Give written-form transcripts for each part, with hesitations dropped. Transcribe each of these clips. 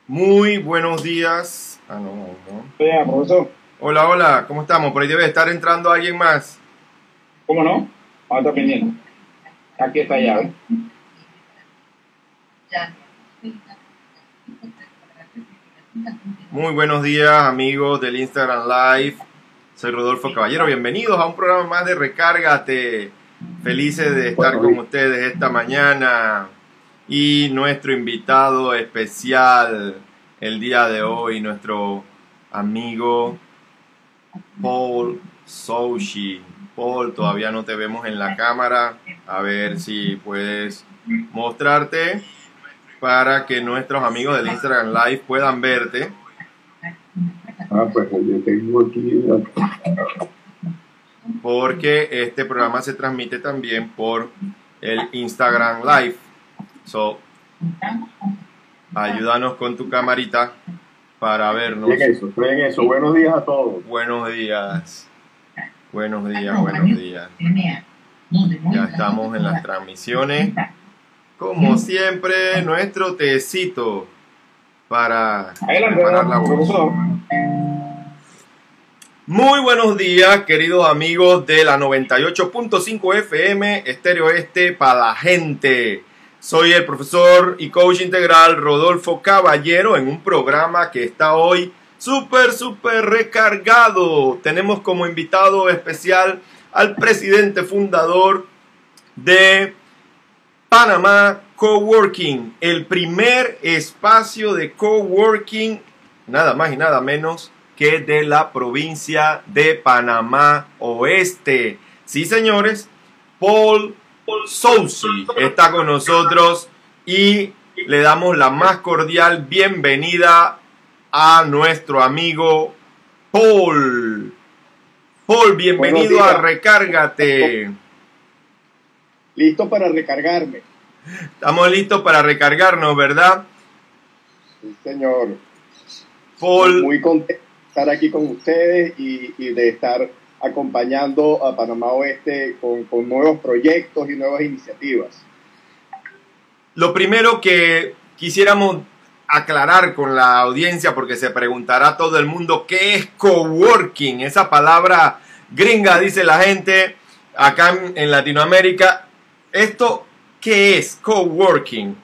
Muy buenos días. No. Vea, profesor, Hola, hola, ¿cómo estamos? Por ahí debe estar entrando alguien más. ¿cómo no? Vamos a estar pendiente. Aquí está ya, ¿eh? Muy buenos días, amigos del Instagram Live. Soy Rodolfo Caballero. Bienvenidos a un programa más de Recárgate. Felices de estar con ustedes esta mañana. Y nuestro invitado especial el día de hoy, nuestro amigo Paul Soushi. Paul, todavía no te vemos en la cámara. A ver si puedes mostrarte para que nuestros amigos del Instagram Live puedan verte. Pues yo tengo aquí. Porque este programa se transmite también por el Instagram Live. So, ayúdanos con tu camarita para vernos. Estoy en eso. Buenos días a todos. Buenos días. Buenos días, buenos días. Ya estamos en las transmisiones. Como siempre, nuestro tecito para preparar la voz. Profesor. Muy buenos días, queridos amigos de la 98.5 FM, Estéreo Este para la gente. Soy el profesor y coach integral Rodolfo Caballero en un programa que está hoy súper recargado. Tenemos como invitado especial al presidente fundador de Panamá Coworking, el primer espacio de coworking, nada más y nada menos que de la provincia de Panamá Oeste. Sí, señores, Paul Soushi está con nosotros y le damos la más cordial bienvenida a nuestro amigo Paul. Paul, bienvenido a Recárgate. Listo para recargarme. Estamos listos para recargarnos, ¿verdad? Sí, señor. Paul, Muy contento de estar aquí con ustedes y de estar acompañando a Panamá Oeste con nuevos proyectos y nuevas iniciativas. lo primero que quisiéramos aclarar con la audiencia, porque se preguntará todo el mundo, ¿qué es coworking? Esa palabra gringa, dice la gente, acá en Latinoamérica. ¿Esto qué es coworking?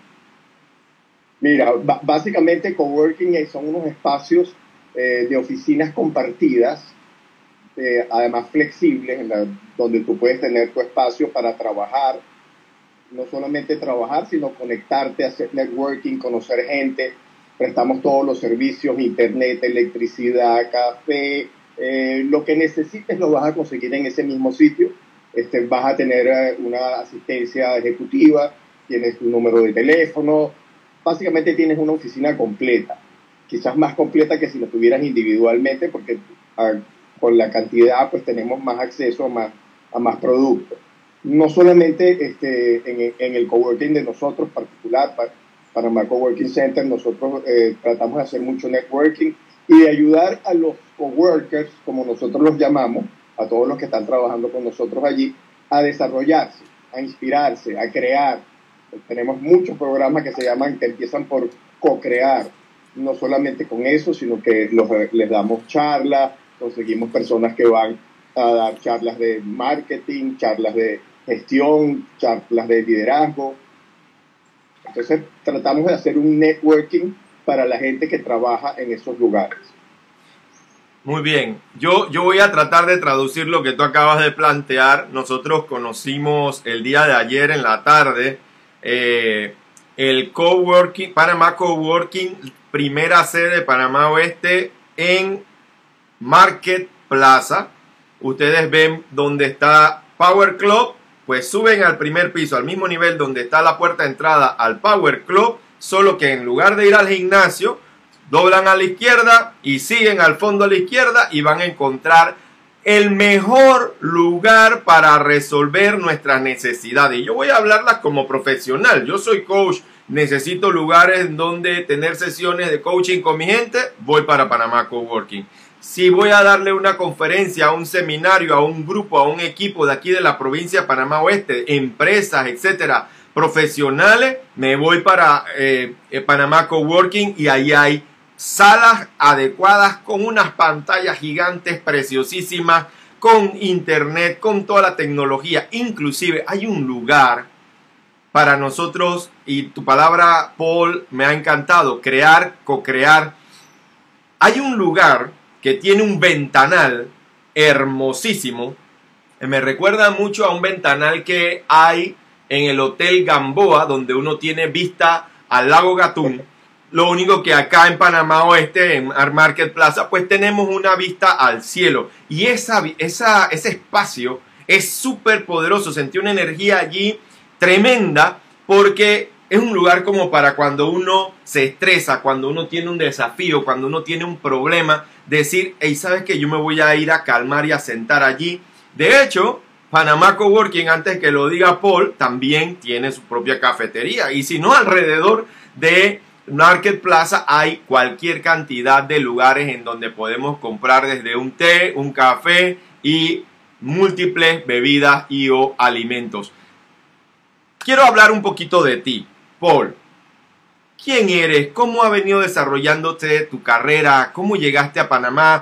Mira, básicamente coworking son unos espacios de oficinas compartidas, además flexibles, donde tú puedes tener tu espacio para trabajar, no solamente trabajar, sino conectarte, hacer networking, conocer gente. Prestamos todos los servicios, internet, electricidad, café, lo que necesites lo vas a conseguir en ese mismo sitio. Vas a tener una asistencia ejecutiva, tienes tu número de teléfono, básicamente tienes una oficina completa, quizás más completa que si lo tuvieras individualmente, porque con la cantidad pues tenemos más acceso a más productos. No solamente en el coworking de nosotros particular, Panamá Coworking Center, nosotros tratamos de hacer mucho networking y de ayudar a los coworkers, como nosotros los llamamos, a todos los que están trabajando con nosotros allí, a desarrollarse, a inspirarse, a crear. Tenemos muchos programas que empiezan por co-crear, no solamente con eso, sino que les damos charlas, conseguimos personas que van a dar charlas de marketing, charlas de gestión, charlas de liderazgo. Entonces tratamos de hacer un networking para la gente que trabaja en esos lugares. Muy bien, yo voy a tratar de traducir lo que tú acabas de plantear. Nosotros conocimos el día de ayer en la tarde el coworking, Panamá Coworking, primera sede de Panamá Oeste en Market Plaza. Ustedes ven donde está Power Club, pues suben al primer piso, al mismo nivel donde está la puerta de entrada al Power Club, solo que en lugar de ir al gimnasio, doblan a la izquierda y siguen al fondo a la izquierda y van a encontrar el mejor lugar para resolver nuestras necesidades. Y yo voy a hablarlas como profesional. Yo soy coach, necesito lugares donde tener sesiones de coaching con mi gente, voy para Panamá Coworking. Si voy a darle una conferencia, a un seminario, a un grupo, a un equipo de aquí de la provincia de Panamá Oeste, empresas, etcétera, profesionales, me voy para Panamá Coworking y ahí hay salas adecuadas con unas pantallas gigantes preciosísimas, con internet, con toda la tecnología. Inclusive hay un lugar para nosotros, y tu palabra, Paul, me ha encantado, crear, co-crear. Hay un lugar que tiene un ventanal hermosísimo. Me recuerda mucho a un ventanal que hay en el Hotel Gamboa, donde uno tiene vista al lago Gatún. Lo único que acá en Panamá Oeste, en Market Plaza, pues tenemos una vista al cielo. Y ese espacio es súper poderoso. Sentí una energía allí tremenda, porque es un lugar como para cuando uno se estresa, cuando uno tiene un desafío, cuando uno tiene un problema, decir, hey, ¿sabes qué? Yo me voy a ir a calmar y a sentar allí. De hecho, Panamá Coworking, antes que lo diga Paul, también tiene su propia cafetería. Y si no, alrededor de Market Plaza hay cualquier cantidad de lugares en donde podemos comprar desde un té, un café y múltiples bebidas y o alimentos. Quiero hablar un poquito de ti, Paul. ¿Quién eres? ¿Cómo ha venido desarrollándote tu carrera? ¿Cómo llegaste a Panamá?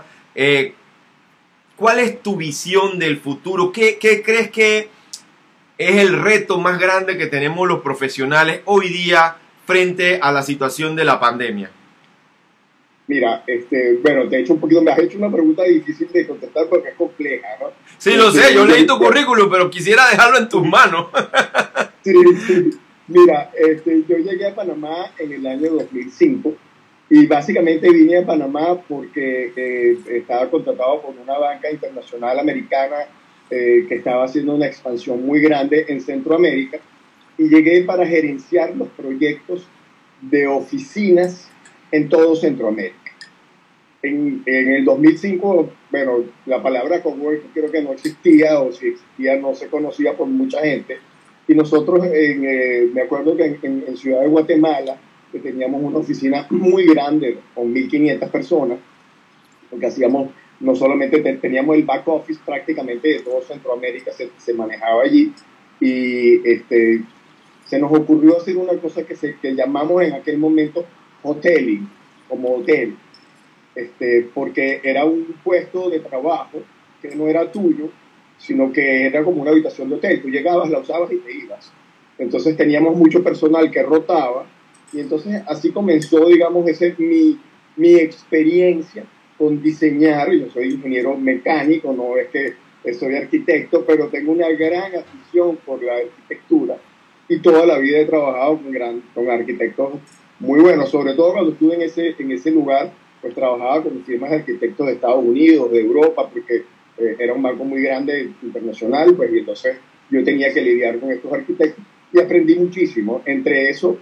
¿Cuál es tu visión del futuro? ¿Qué crees que es el reto más grande que tenemos los profesionales hoy día frente a la situación de la pandemia? Mira, bueno, de hecho me has hecho una pregunta difícil de contestar porque es compleja, ¿no? Sí, lo sé, yo leí tu currículum, pero quisiera dejarlo en tus manos. Sí. Mira, yo llegué a Panamá en el año 2005 y básicamente vine a Panamá porque estaba contratado por una banca internacional americana que estaba haciendo una expansión muy grande en Centroamérica, y llegué para gerenciar los proyectos de oficinas en todo Centroamérica. En el 2005, bueno, la palabra coworking creo que no existía, o si existía no se conocía por mucha gente, y nosotros, me acuerdo que en Ciudad de Guatemala, que teníamos una oficina muy grande con 1.500 personas, porque hacíamos, no solamente teníamos el back office prácticamente de todo Centroamérica, se manejaba allí, y se nos ocurrió hacer una cosa que llamamos en aquel momento hoteling, como hotel, porque era un puesto de trabajo que no era tuyo, sino que era como una habitación de hotel. Tú llegabas, la usabas y te ibas. Entonces teníamos mucho personal que rotaba, y entonces así comenzó, digamos, mi experiencia con diseñar. Yo soy ingeniero mecánico, no es que soy arquitecto, pero tengo una gran afición por la arquitectura, y toda la vida he trabajado con arquitectos muy buenos, sobre todo cuando estuve en ese lugar, pues trabajaba con firmas de arquitectos de Estados Unidos, de Europa, porque era un banco muy grande, internacional, pues, y entonces yo tenía que lidiar con estos arquitectos y aprendí muchísimo. Entre eso,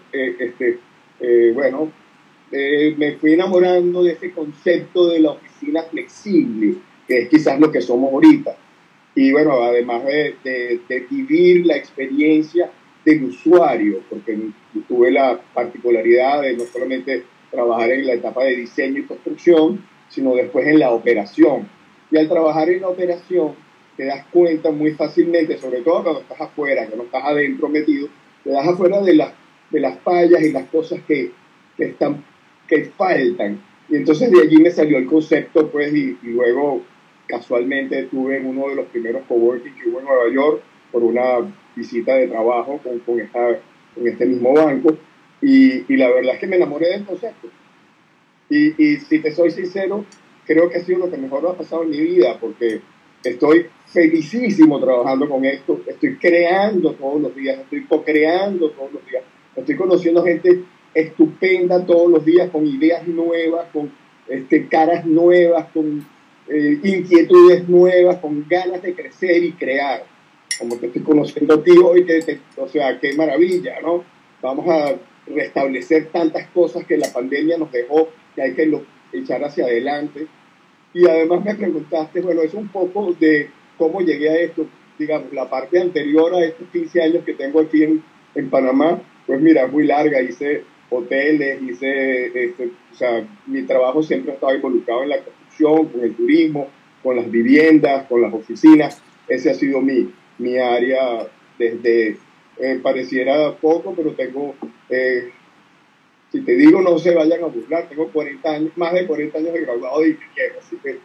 me fui enamorando de ese concepto de la oficina flexible, que es quizás lo que somos ahorita. Y bueno, además de vivir la experiencia del usuario, porque tuve la particularidad de no solamente trabajar en la etapa de diseño y construcción, sino después en la operación. Y al trabajar en la operación, te das cuenta muy fácilmente, sobre todo cuando estás afuera, que no estás adentro metido, te das afuera de las fallas y las cosas que faltan. Y entonces de allí me salió el concepto, pues, y luego casualmente estuve en uno de los primeros coworking que hubo en Nueva York por una visita de trabajo con este mismo banco, y la verdad es que me enamoré del concepto. Y si te soy sincero, creo que ha sido lo que mejor me ha pasado en mi vida, porque estoy felicísimo trabajando con esto, estoy creando todos los días, estoy co-creando todos los días, estoy conociendo gente estupenda todos los días, con ideas nuevas, con caras nuevas, con inquietudes nuevas, con ganas de crecer y crear. Como te estoy conociendo a ti hoy, o sea, qué maravilla, ¿no? Vamos a restablecer tantas cosas que la pandemia nos dejó, que hay que echar hacia adelante. Y además me preguntaste, bueno, es un poco de cómo llegué a esto, digamos, la parte anterior a estos 15 años que tengo aquí en Panamá, pues mira, es muy larga. Hice hoteles, o sea, mi trabajo siempre ha estado involucrado en la construcción, con el turismo, con las viviendas, con las oficinas. Ese ha sido mi área desde pareciera poco, pero tengo, si te digo, no se vayan a burlar, tengo 40 años, más de 40 años de graduado de ingeniero, así que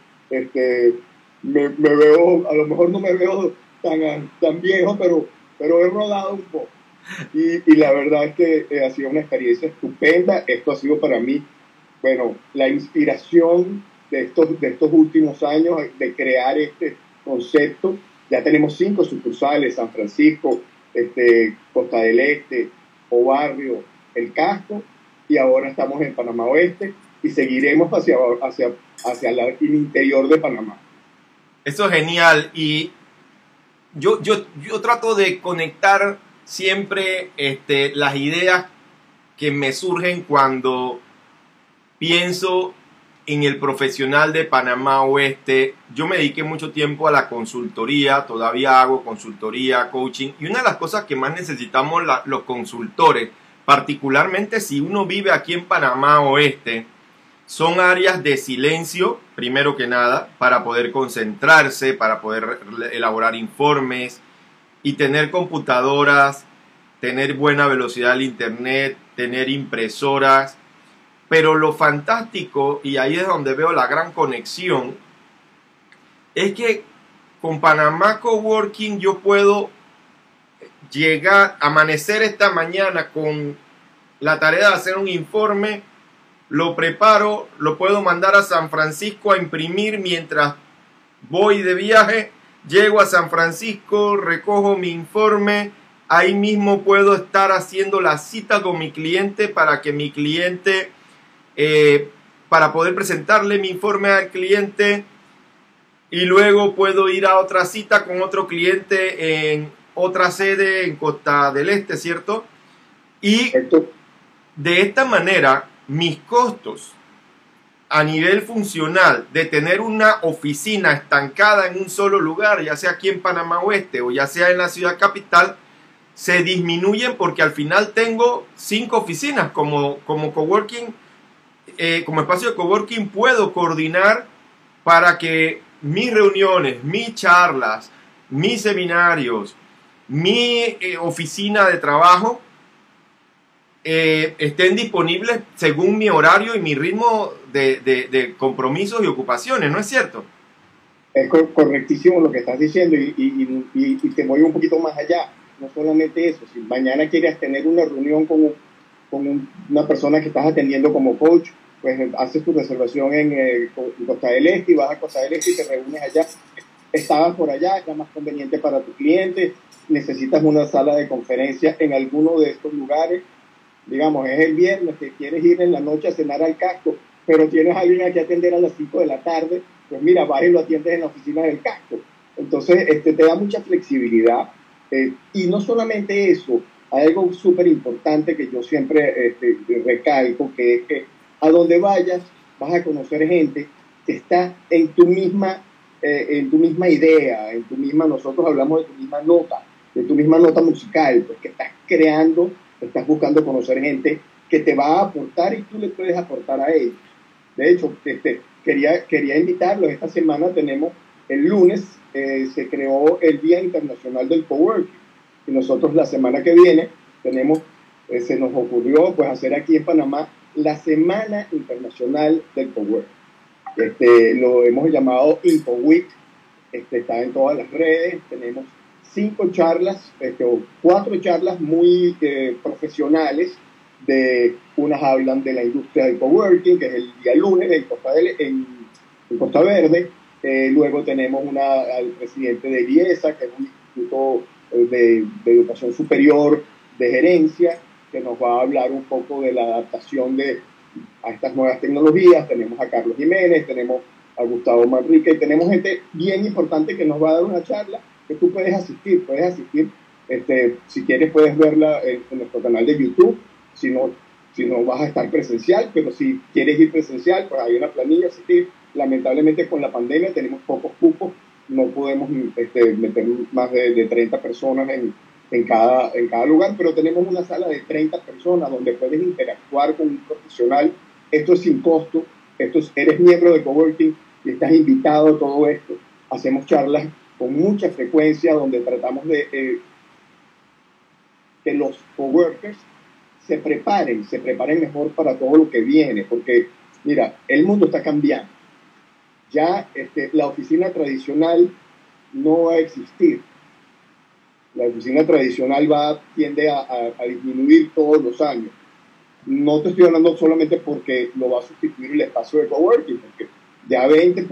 me veo, a lo mejor no me veo tan viejo, pero he rodado un poco. Y la verdad es que ha sido una experiencia estupenda. Esto ha sido para mí, bueno, la inspiración de estos últimos años de crear este concepto. Ya tenemos 5 sucursales: San Francisco, Costa del Este, O Barrio, El Casco, y ahora estamos en Panamá Oeste y seguiremos hacia el interior de Panamá. Eso es genial, y yo trato de conectar siempre las ideas que me surgen cuando pienso en el profesional de Panamá Oeste. Yo me dediqué mucho tiempo a la consultoría, todavía hago consultoría, coaching, y una de las cosas que más necesitamos los consultores, particularmente si uno vive aquí en Panamá Oeste, son áreas de silencio, primero que nada, para poder concentrarse, para poder elaborar informes y tener computadoras, tener buena velocidad del internet, tener impresoras. Pero lo fantástico, y ahí es donde veo la gran conexión, es que con Panamá Coworking yo puedo llegar, amanecer esta mañana con la tarea de hacer un informe, lo preparo, lo puedo mandar a San Francisco a imprimir mientras voy de viaje, llego a San Francisco, recojo mi informe, ahí mismo puedo estar haciendo la cita con mi cliente para que mi cliente, para poder presentarle mi informe al cliente, y luego puedo ir a otra cita con otro cliente en otra sede en Costa del Este, ¿cierto? Y de esta manera mis costos a nivel funcional de tener una oficina estancada en un solo lugar, ya sea aquí en Panamá Oeste o ya sea en la ciudad capital, se disminuyen, porque al final tengo 5 oficinas como coworking, como espacio de coworking. Puedo coordinar para que mis reuniones, mis charlas, mis seminarios, mi oficina de trabajo estén disponibles según mi horario y mi ritmo de compromisos y ocupaciones, ¿no es cierto? Es correctísimo lo que estás diciendo, y te voy un poquito más allá. No solamente eso, si mañana quieres tener una reunión con una persona que estás atendiendo como coach, pues haces tu reservación en Costa del Este y vas a Costa del Este y te reúnes allá. Estabas por allá, es más conveniente para tu cliente, necesitas una sala de conferencia en alguno de estos lugares. Digamos, es el viernes que quieres ir en la noche a cenar al Casco, pero tienes a alguien que atender a las 5 de la tarde, pues mira, vas y lo atiendes en la oficina del Casco. Entonces, te da mucha flexibilidad. Y no solamente eso, hay algo súper importante que yo siempre recalco, que es que a donde vayas vas a conocer gente que está en tu misma idea, nosotros hablamos de tu misma nota musical, pues que estás creando, estás buscando conocer gente que te va a aportar y tú le puedes aportar a ellos. De hecho, quería invitarlos. Esta semana tenemos, el lunes, se creó el Día Internacional del Coworking, y nosotros la semana que viene se nos ocurrió pues hacer aquí en Panamá la Semana Internacional del Coworking. Lo hemos llamado IncoWeek. Está en todas las redes. Tenemos 5 charlas, o 4 charlas muy profesionales. Unas hablan de la industria del coworking, que es el día lunes en Costa Verde. Luego tenemos al presidente de IESA, que es un instituto de educación superior de gerencia, que nos va a hablar un poco de la adaptación a estas nuevas tecnologías. Tenemos a Carlos Jiménez, tenemos a Gustavo Manrique, y tenemos gente bien importante que nos va a dar una charla que tú puedes asistir. Si quieres puedes verla en nuestro canal de YouTube, si no vas a estar presencial, pero si quieres ir presencial, pues hay una planilla a asistir. Lamentablemente con la pandemia tenemos pocos cupos, no podemos meter más de 30 personas en cada lugar, pero tenemos una sala de 30 personas donde puedes interactuar con un profesional. Esto es sin costo, eres miembro de Coworking y estás invitado a todo esto. Hacemos charlas con mucha frecuencia donde tratamos de que los coworkers se preparen mejor para todo lo que viene, porque mira, el mundo está cambiando. Ya la oficina tradicional no va a existir. La oficina tradicional tiende a disminuir todos los años. No te estoy hablando solamente porque lo va a sustituir el espacio de coworking, porque ya 20%,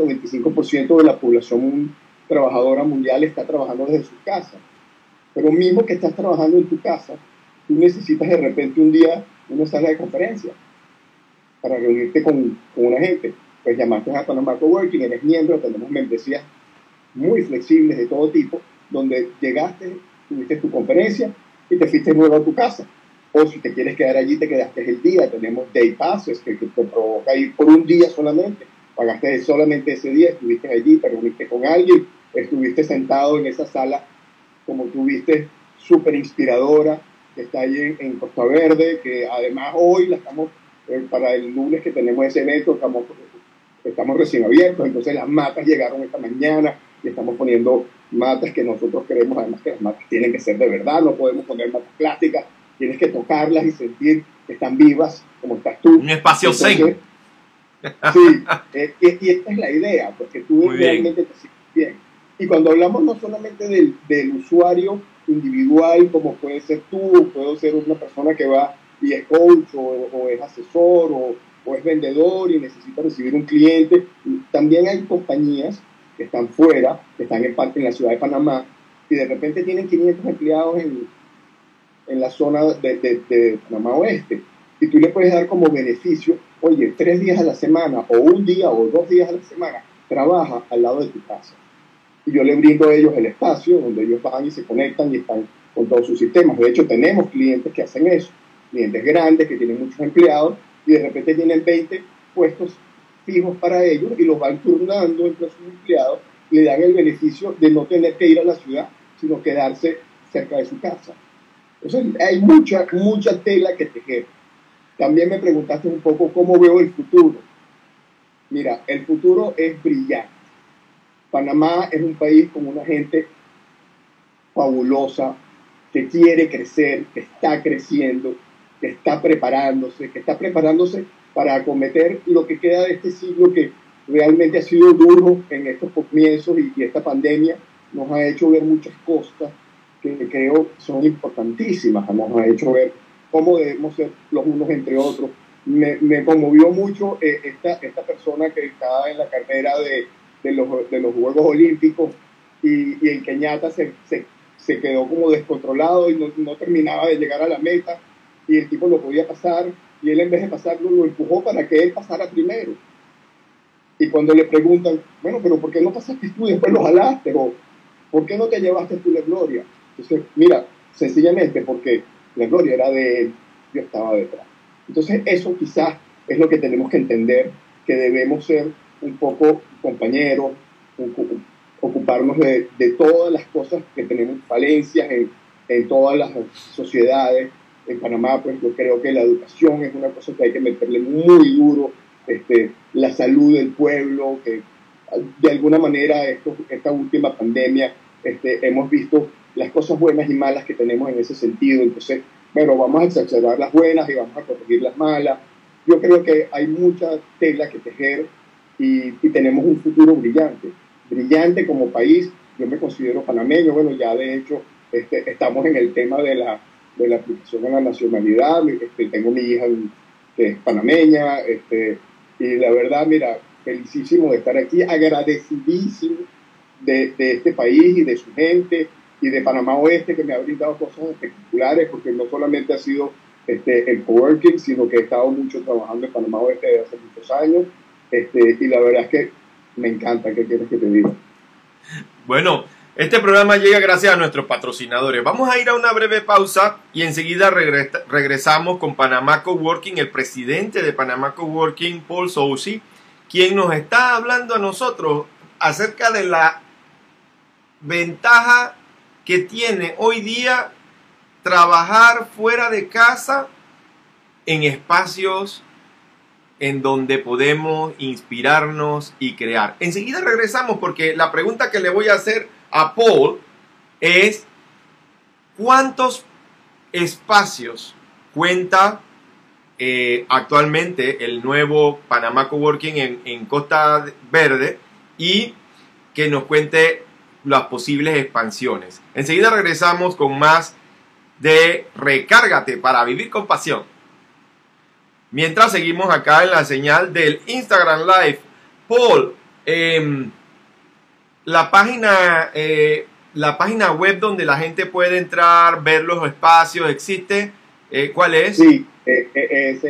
25% de la población trabajadora mundial está trabajando desde su casa. Pero mismo que estás trabajando en tu casa, tú necesitas de repente un día una sala de conferencia para reunirte con una gente. Pues llamaste a Panamá Coworking, eres miembro, tenemos membresías muy flexibles de todo tipo, donde llegaste, tuviste tu conferencia y te fuiste luego a tu casa. O si te quieres quedar allí, te quedaste el día. Tenemos day passes que te provoca ir por un día solamente. Pagaste solamente ese día, estuviste allí, te reuniste con alguien, estuviste sentado en esa sala, como tuviste, súper inspiradora, que está ahí en Costa Verde, que además hoy la estamos, para el lunes que tenemos ese evento, estamos recién abiertos, entonces las matas llegaron esta mañana y estamos poniendo matas que nosotros queremos, además que las matas tienen que ser de verdad, no podemos poner matas plásticas, tienes que tocarlas y sentir que están vivas, como estás tú. Un espacio zen. Sí, y esta es la idea, porque tú realmente te sientes bien. Y cuando hablamos no solamente del usuario individual, como puede ser tú, puede ser una persona que va y es coach o es asesor o es vendedor y necesita recibir un cliente, también hay compañías que están fuera, que están en la ciudad de Panamá, y de repente tienen 500 empleados en la zona de Panamá Oeste. Y tú le puedes dar como beneficio, oye, 3 días a la semana, o un día, o 2 días a la semana, trabaja al lado de tu casa. Y yo le brindo a ellos el espacio donde ellos van y se conectan y están con todos sus sistemas. De hecho, tenemos clientes que hacen eso, clientes grandes que tienen muchos empleados y de repente tienen 20 puestos fijos para ellos y los van turnando entre sus empleados, le dan el beneficio de no tener que ir a la ciudad, sino quedarse cerca de su casa. Entonces, hay mucha tela que tejer. También me preguntaste un poco cómo veo el futuro. Mira, el futuro es brillante. Panamá es un país con una gente fabulosa, que quiere crecer, que está creciendo, que está preparándose para acometer lo que queda de este siglo que realmente ha sido duro en estos comienzos y esta pandemia nos ha hecho ver muchas cosas que creo son importantísimas, nos ha hecho ver cómo debemos ser los unos entre otros. Me conmovió mucho esta persona que estaba en la carrera de los Juegos Olímpicos y en Kenyatta se quedó como descontrolado y no terminaba de llegar a la meta y el tipo lo podía pasar y él en vez de pasarlo lo empujó para que él pasara primero. Y cuando le preguntan, bueno, pero ¿por qué no pasaste tú y después lo jalaste? O ¿por qué no te llevaste tú la gloria? Entonces, mira, sencillamente porque la gloria era de él, yo estaba detrás. Entonces eso quizás es lo que tenemos que entender, que debemos ser un poco compañeros, ocuparnos de todas las cosas que tenemos falencias en todas las sociedades. En Panamá, pues yo creo que la educación es una cosa que hay que meterle muy duro, la salud del pueblo, que de alguna manera esta última pandemia hemos visto las cosas buenas y malas que tenemos en ese sentido. Entonces, bueno, vamos a exacerbar las buenas y vamos a corregir las malas. Yo creo que hay mucha tela que tejer y tenemos un futuro brillante como país. Yo me considero panameño, bueno, ya de hecho estamos en el tema de la aplicación a la nacionalidad. Tengo mi hija que es panameña, y la verdad, mira, felicísimo de estar aquí, agradecidísimo de este país y de su gente y de Panamá Oeste, que me ha brindado cosas espectaculares, porque no solamente ha sido el coworking, sino que he estado mucho trabajando en Panamá Oeste desde hace muchos años, y la verdad es que me encanta. ¿Qué quieres que te diga? Bueno, este programa llega gracias a nuestros patrocinadores. Vamos a ir a una breve pausa y enseguida regresamos con Panamá Coworking, el presidente de Panamá Coworking, Paul Soucy, quien nos está hablando a nosotros acerca de la ventaja que tiene hoy día trabajar fuera de casa en espacios en donde podemos inspirarnos y crear. Enseguida regresamos porque la pregunta que le voy a hacer a Paul es: ¿cuántos espacios cuenta actualmente el nuevo Panamá Coworking en Costa Verde y que nos cuente las posibles expansiones. Enseguida regresamos con más de Recárgate para vivir con pasión. Mientras seguimos acá en la señal del Instagram Live. Paul, la página web donde la gente puede entrar, ver los espacios, ¿existe? ¿Cuál es? Sí, es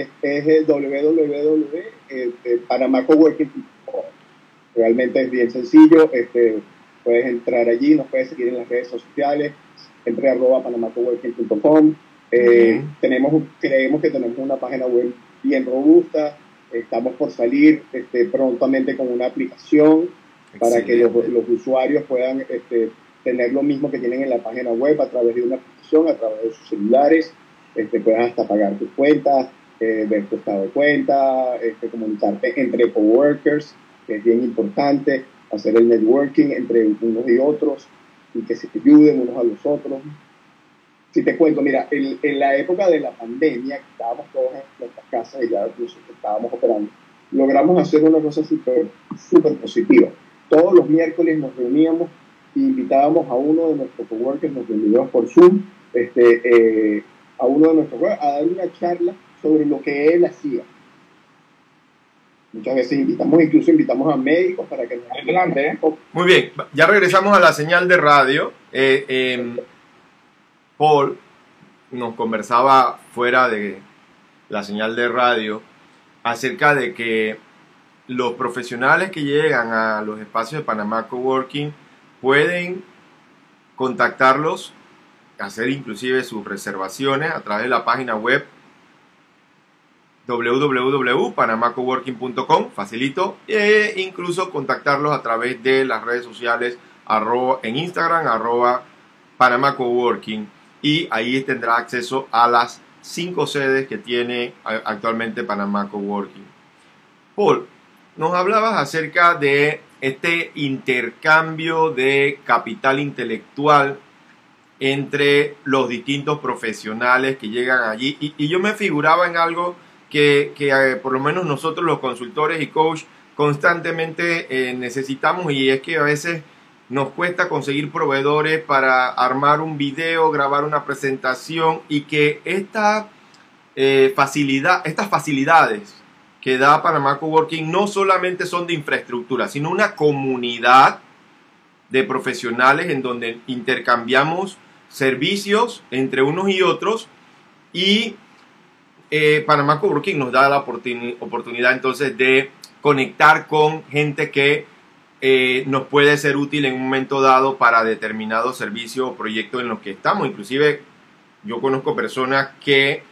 www.panamacoworking.com. Realmente es bien sencillo. Puedes entrar allí, nos puedes seguir en las redes sociales, entre @panamacoworking.com. Creemos que tenemos una página web bien robusta. Estamos por salir prontamente con una aplicación para que los usuarios puedan tener lo mismo que tienen en la página web a través de una aplicación, a través de sus celulares. Puedes hasta pagar tus cuentas, ver tu estado de cuenta, comunicarte entre coworkers, que es bien importante, hacer el networking entre unos y otros y que se ayuden unos a los otros. Si te cuento, mira, en la época de la pandemia, que estábamos todos en nuestras casas y ya estábamos operando, logramos hacer una cosa súper positiva. Todos los miércoles nos reuníamos e invitábamos a uno de nuestros coworkers, nos reuníamos por Zoom, a uno de nuestros coworkers a dar una charla sobre lo que él hacía. Muchas veces incluso invitamos a médicos para que nos adelante. Muy bien, ya regresamos a la señal de radio. Paul nos conversaba fuera de la señal de radio acerca de que los profesionales que llegan a los espacios de Panamá Coworking pueden contactarlos, hacer inclusive sus reservaciones a través de la página web www.panamacoworking.com, facilito, e incluso contactarlos a través de las redes sociales en Instagram, Panamá Coworking, y ahí tendrá acceso a las 5 sedes que tiene actualmente Panamá Coworking. Paul, nos hablabas acerca de este intercambio de capital intelectual entre los distintos profesionales que llegan allí, y yo me figuraba en algo que por lo menos nosotros los consultores y coach constantemente necesitamos, y es que a veces nos cuesta conseguir proveedores para armar un video, grabar una presentación, y que estas facilidades que da Panamá Coworking no solamente son de infraestructura, sino una comunidad de profesionales en donde intercambiamos servicios entre unos y otros, y Panamá Coworking nos da la oportunidad entonces de conectar con gente que nos puede ser útil en un momento dado para determinado servicio o proyecto en los que estamos. Inclusive yo conozco personas que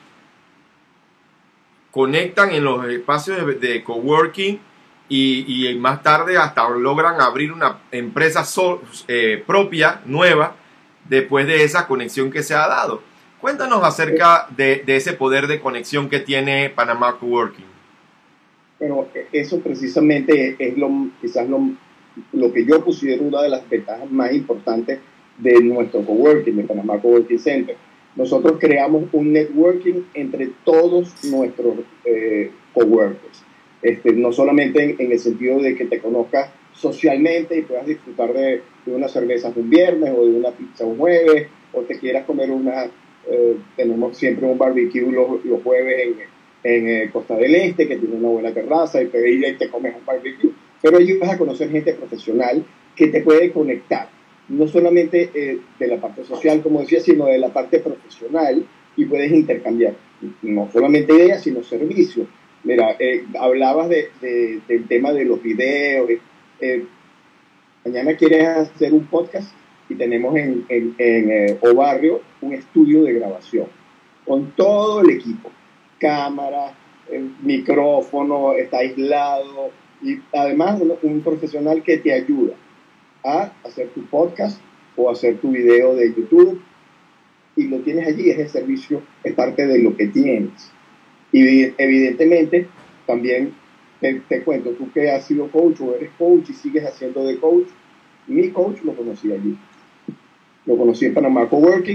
conectan en los espacios de coworking y más tarde hasta logran abrir una empresa propia, nueva, después de esa conexión que se ha dado. Cuéntanos acerca de ese poder de conexión que tiene Panamá Coworking. Bueno, eso precisamente es quizás lo que yo considero una de las ventajas más importantes de nuestro coworking, de Panamá Coworking Center. Nosotros creamos un networking entre todos nuestros coworkers. No solamente en el sentido de que te conozcas socialmente y puedas disfrutar de unas cervezas un viernes o de una pizza un jueves, o te quieras comer tenemos siempre un barbecue los jueves en Costa del Este, que tiene una buena terraza, y te comes un barbecue. Pero allí vas a conocer gente profesional que te puede conectar, no solamente de la parte social, como decía, sino de la parte profesional, y puedes intercambiar no solamente ideas, sino servicios. Mira, hablabas del tema de los videos. Mañana quieres hacer un podcast y tenemos en Obarrio un estudio de grabación con todo el equipo, cámara, micrófono, está aislado, y además un profesional que te ayuda a hacer tu podcast o hacer tu video de YouTube, y lo tienes allí. Es el servicio, es parte de lo que tienes. Y evidentemente también te cuento, tú que has sido coach o eres coach y sigues haciendo de coach, mi coach lo conocí allí, lo conocí en Panamá Coworking,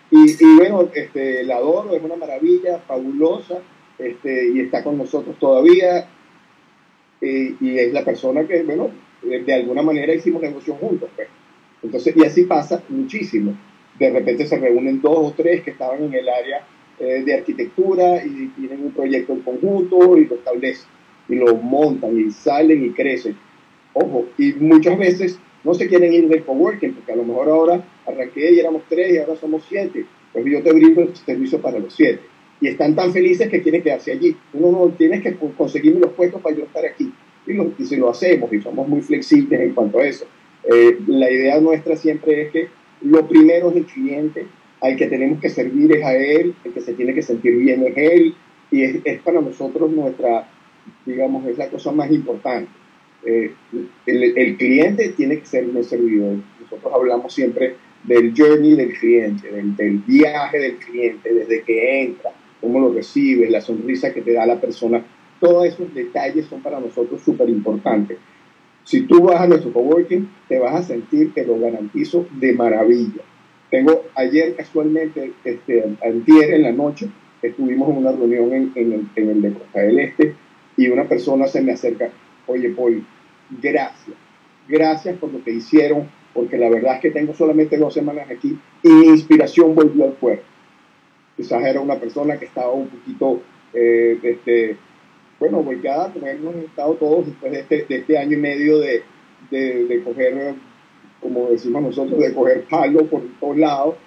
Y bueno, la adoro, es una maravilla, fabulosa, y está con nosotros todavía, y es la persona que, bueno, de alguna manera hicimos negocios juntos, pues. Entonces, y así pasa muchísimo. De repente se reúnen dos o tres que estaban en el área de arquitectura y tienen un proyecto en conjunto y lo establecen y lo montan y salen y crecen. Ojo, y muchas veces no se quieren ir del coworking, porque a lo mejor ahora arranqué y éramos tres y ahora somos siete. Pues yo te brindo el servicio para los siete. Y están tan felices que quieren quedarse allí. Uno no tienes que conseguirme los puestos para yo estar aquí. Y si lo hacemos, y somos muy flexibles en cuanto a eso. La idea nuestra siempre es que lo primero es el cliente, al que tenemos que servir es a él, el que se tiene que sentir bien es él, y es para nosotros nuestra, digamos, es la cosa más importante. Eh, el cliente tiene que ser un servidor. Nosotros hablamos siempre del journey del cliente, del viaje del cliente, desde que entra, cómo lo recibes, la sonrisa que te da la persona. Todos esos detalles son para nosotros súper importantes. Si tú vas a nuestro coworking, te vas a sentir, te lo garantizo, de maravilla. Ayer casualmente, antier en la noche, estuvimos en una reunión en el de Costa del Este y una persona se me acerca, oye, Paul, gracias por lo que hicieron, porque la verdad es que tengo solamente 2 semanas aquí y mi inspiración volvió al cuerpo. Quizás era una persona que estaba un poquito, bueno, volcada, como hemos estado todos después de este año y medio de coger, como decimos nosotros, de coger palo por todos lados.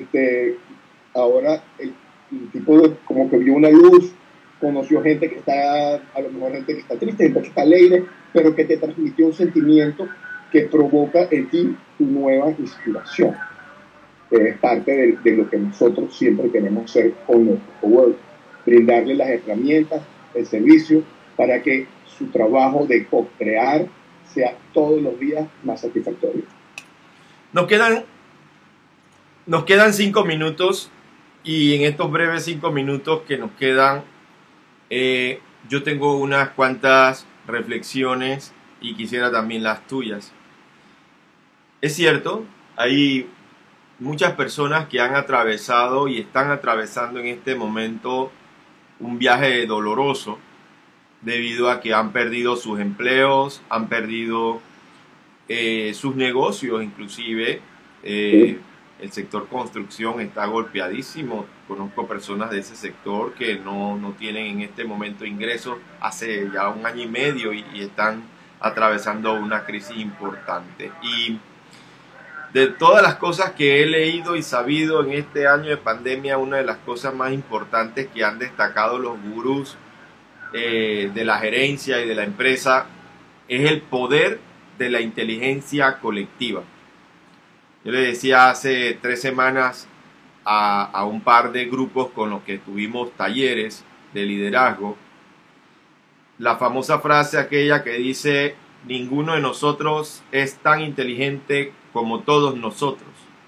Ahora el tipo como que vio una luz, conoció gente que está, a lo mejor gente que está triste, gente que está alegre, pero que te transmitió un sentimiento que provoca en ti tu nueva inspiración. Es parte de lo que nosotros siempre queremos hacer con nuestro cowork, brindarle las herramientas, el servicio, para que su trabajo de co-crear sea todos los días más satisfactorio. Nos quedan, nos quedan 5 minutos y en estos breves 5 minutos que nos quedan, yo tengo unas cuantas reflexiones y quisiera también las tuyas. Es cierto, hay muchas personas que han atravesado y están atravesando en este momento un viaje doloroso debido a que han perdido sus empleos, han perdido sus negocios inclusive. El sector construcción está golpeadísimo. Conozco personas de ese sector que no tienen en este momento ingresos hace ya 1 año y medio y están atravesando una crisis importante. Y de todas las cosas que he leído y sabido en este año de pandemia, una de las cosas más importantes que han destacado los gurús de la gerencia y de la empresa es el poder de la inteligencia colectiva. Yo le decía hace 3 semanas a un par de grupos con los que tuvimos talleres de liderazgo, la famosa frase aquella que dice: ninguno de nosotros es tan inteligente como todos nosotros.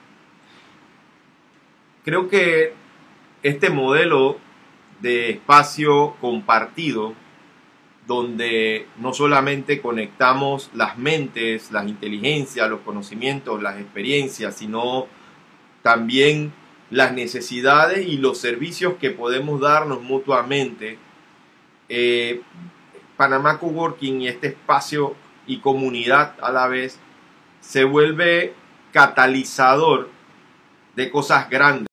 Creo que este modelo de espacio compartido, donde no solamente conectamos las mentes, las inteligencias, los conocimientos, las experiencias, sino también las necesidades y los servicios que podemos darnos mutuamente. Panamá Coworking y este espacio y comunidad a la vez se vuelve catalizador de cosas grandes.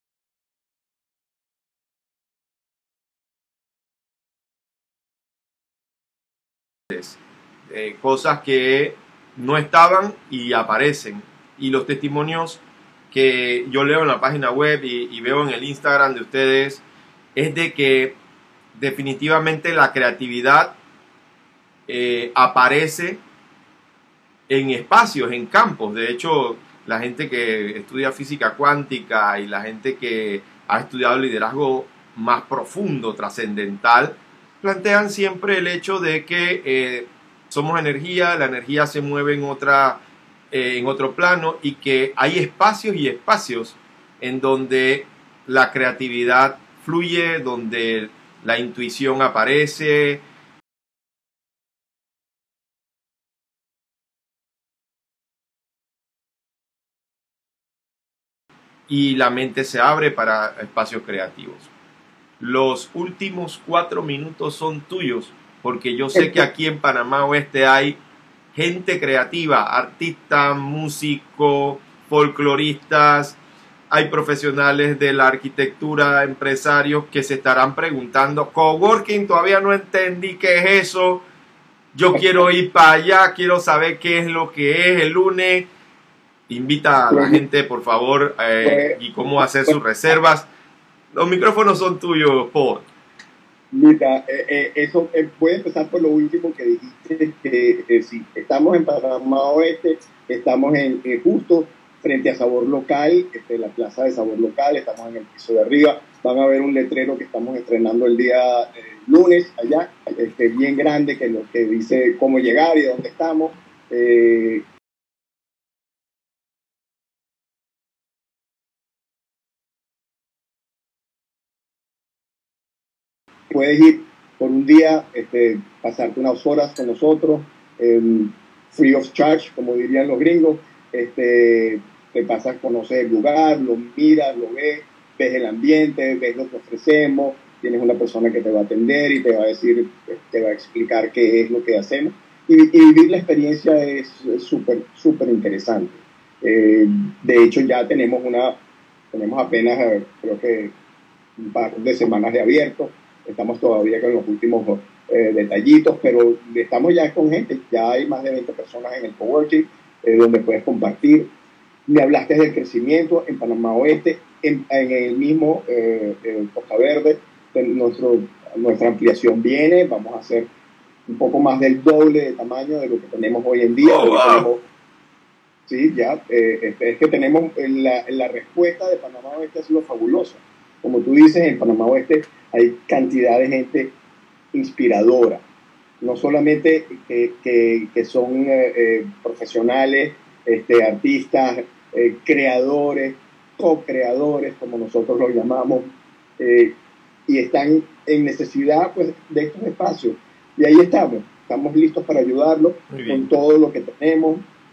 Cosas que no estaban y aparecen. Y los testimonios que yo leo en la página web y veo en el Instagram de ustedes es de que definitivamente la creatividad aparece en espacios, en campos. De hecho, la gente que estudia física cuántica y la gente que ha estudiado liderazgo más profundo, trascendental, plantean siempre el hecho de que somos energía, la energía se mueve en otro plano y que hay espacios y espacios en donde la creatividad fluye, donde la intuición aparece. y la mente se abre para espacios creativos. Los últimos 4 minutos son tuyos, porque yo sé que aquí en Panamá Oeste hay gente creativa, artistas, músicos, folcloristas, hay profesionales de la arquitectura, empresarios que se estarán preguntando, coworking, todavía no entendí qué es eso, yo quiero ir para allá, quiero saber qué es lo que es el lunes. Invita a la gente, por favor, y cómo hacer sus reservas. Los micrófonos son tuyos, Paul. Mira, eso voy a empezar por lo último que dijiste, que sí, estamos en Panamá Oeste, estamos justo frente a Sabor Local, la plaza de Sabor Local, estamos en el piso de arriba, van a ver un letrero que estamos estrenando el día lunes allá, bien grande, que dice cómo llegar y dónde estamos. Puedes ir por un día, pasarte unas horas con nosotros, free of charge, como dirían los gringos. Te pasas, conoces el lugar, lo miras, lo ves el ambiente, ves lo que ofrecemos, tienes una persona que te va a atender y te va a decir, te va a explicar qué es lo que hacemos. Y vivir la experiencia es súper, súper interesante. De hecho, ya tenemos apenas, creo que un par de semanas de abierto. Estamos todavía con los últimos detallitos, pero estamos ya con gente. Ya hay más de 20 personas en el coworking, donde puedes compartir. Me hablaste del crecimiento en Panamá Oeste, en el mismo Costa Verde. Nuestra ampliación viene. Vamos a hacer un poco más del doble de tamaño de lo que tenemos hoy en día. Sí, ya. Es que tenemos la respuesta de Panamá Oeste ha sido fabulosa. Como tú dices, en Panamá Oeste hay cantidad de gente inspiradora, no solamente que son profesionales, artistas, creadores, co-creadores, como nosotros los llamamos, y están en necesidad, pues, de estos espacios. Y ahí estamos listos para ayudarlos con todo lo que tenemos.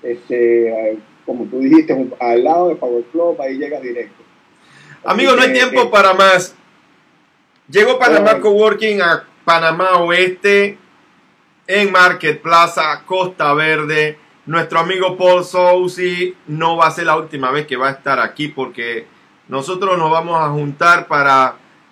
Como tú dijiste, al lado de Power Club, ahí llegas directo. Amigos, no hay tiempo para más. Llegó Panamá Coworking a Panamá Oeste, en Market Plaza, Costa Verde. Nuestro amigo Paul Soucy no va a ser la última vez que va a estar aquí, porque nosotros nos vamos a juntar para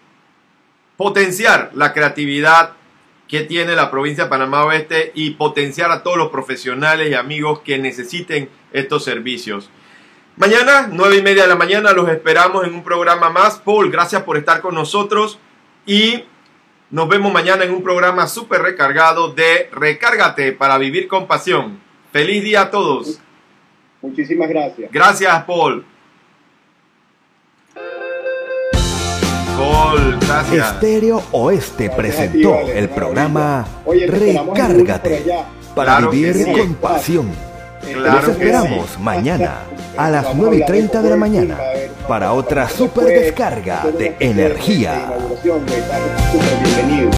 potenciar la creatividad que tiene la provincia de Panamá Oeste y potenciar a todos los profesionales y amigos que necesiten estos servicios. Mañana, 9:30 de la mañana, los esperamos en un programa más. Paul, gracias por estar con nosotros y nos vemos mañana en un programa súper recargado de Recárgate para vivir con pasión. ¡Feliz día a todos! Muchísimas gracias. Gracias, Paul. Paul, gracias. Estéreo Oeste presentó el programa Recárgate para vivir con pasión. Los esperamos mañana a las 9:30 de la mañana para otra super descarga de energía.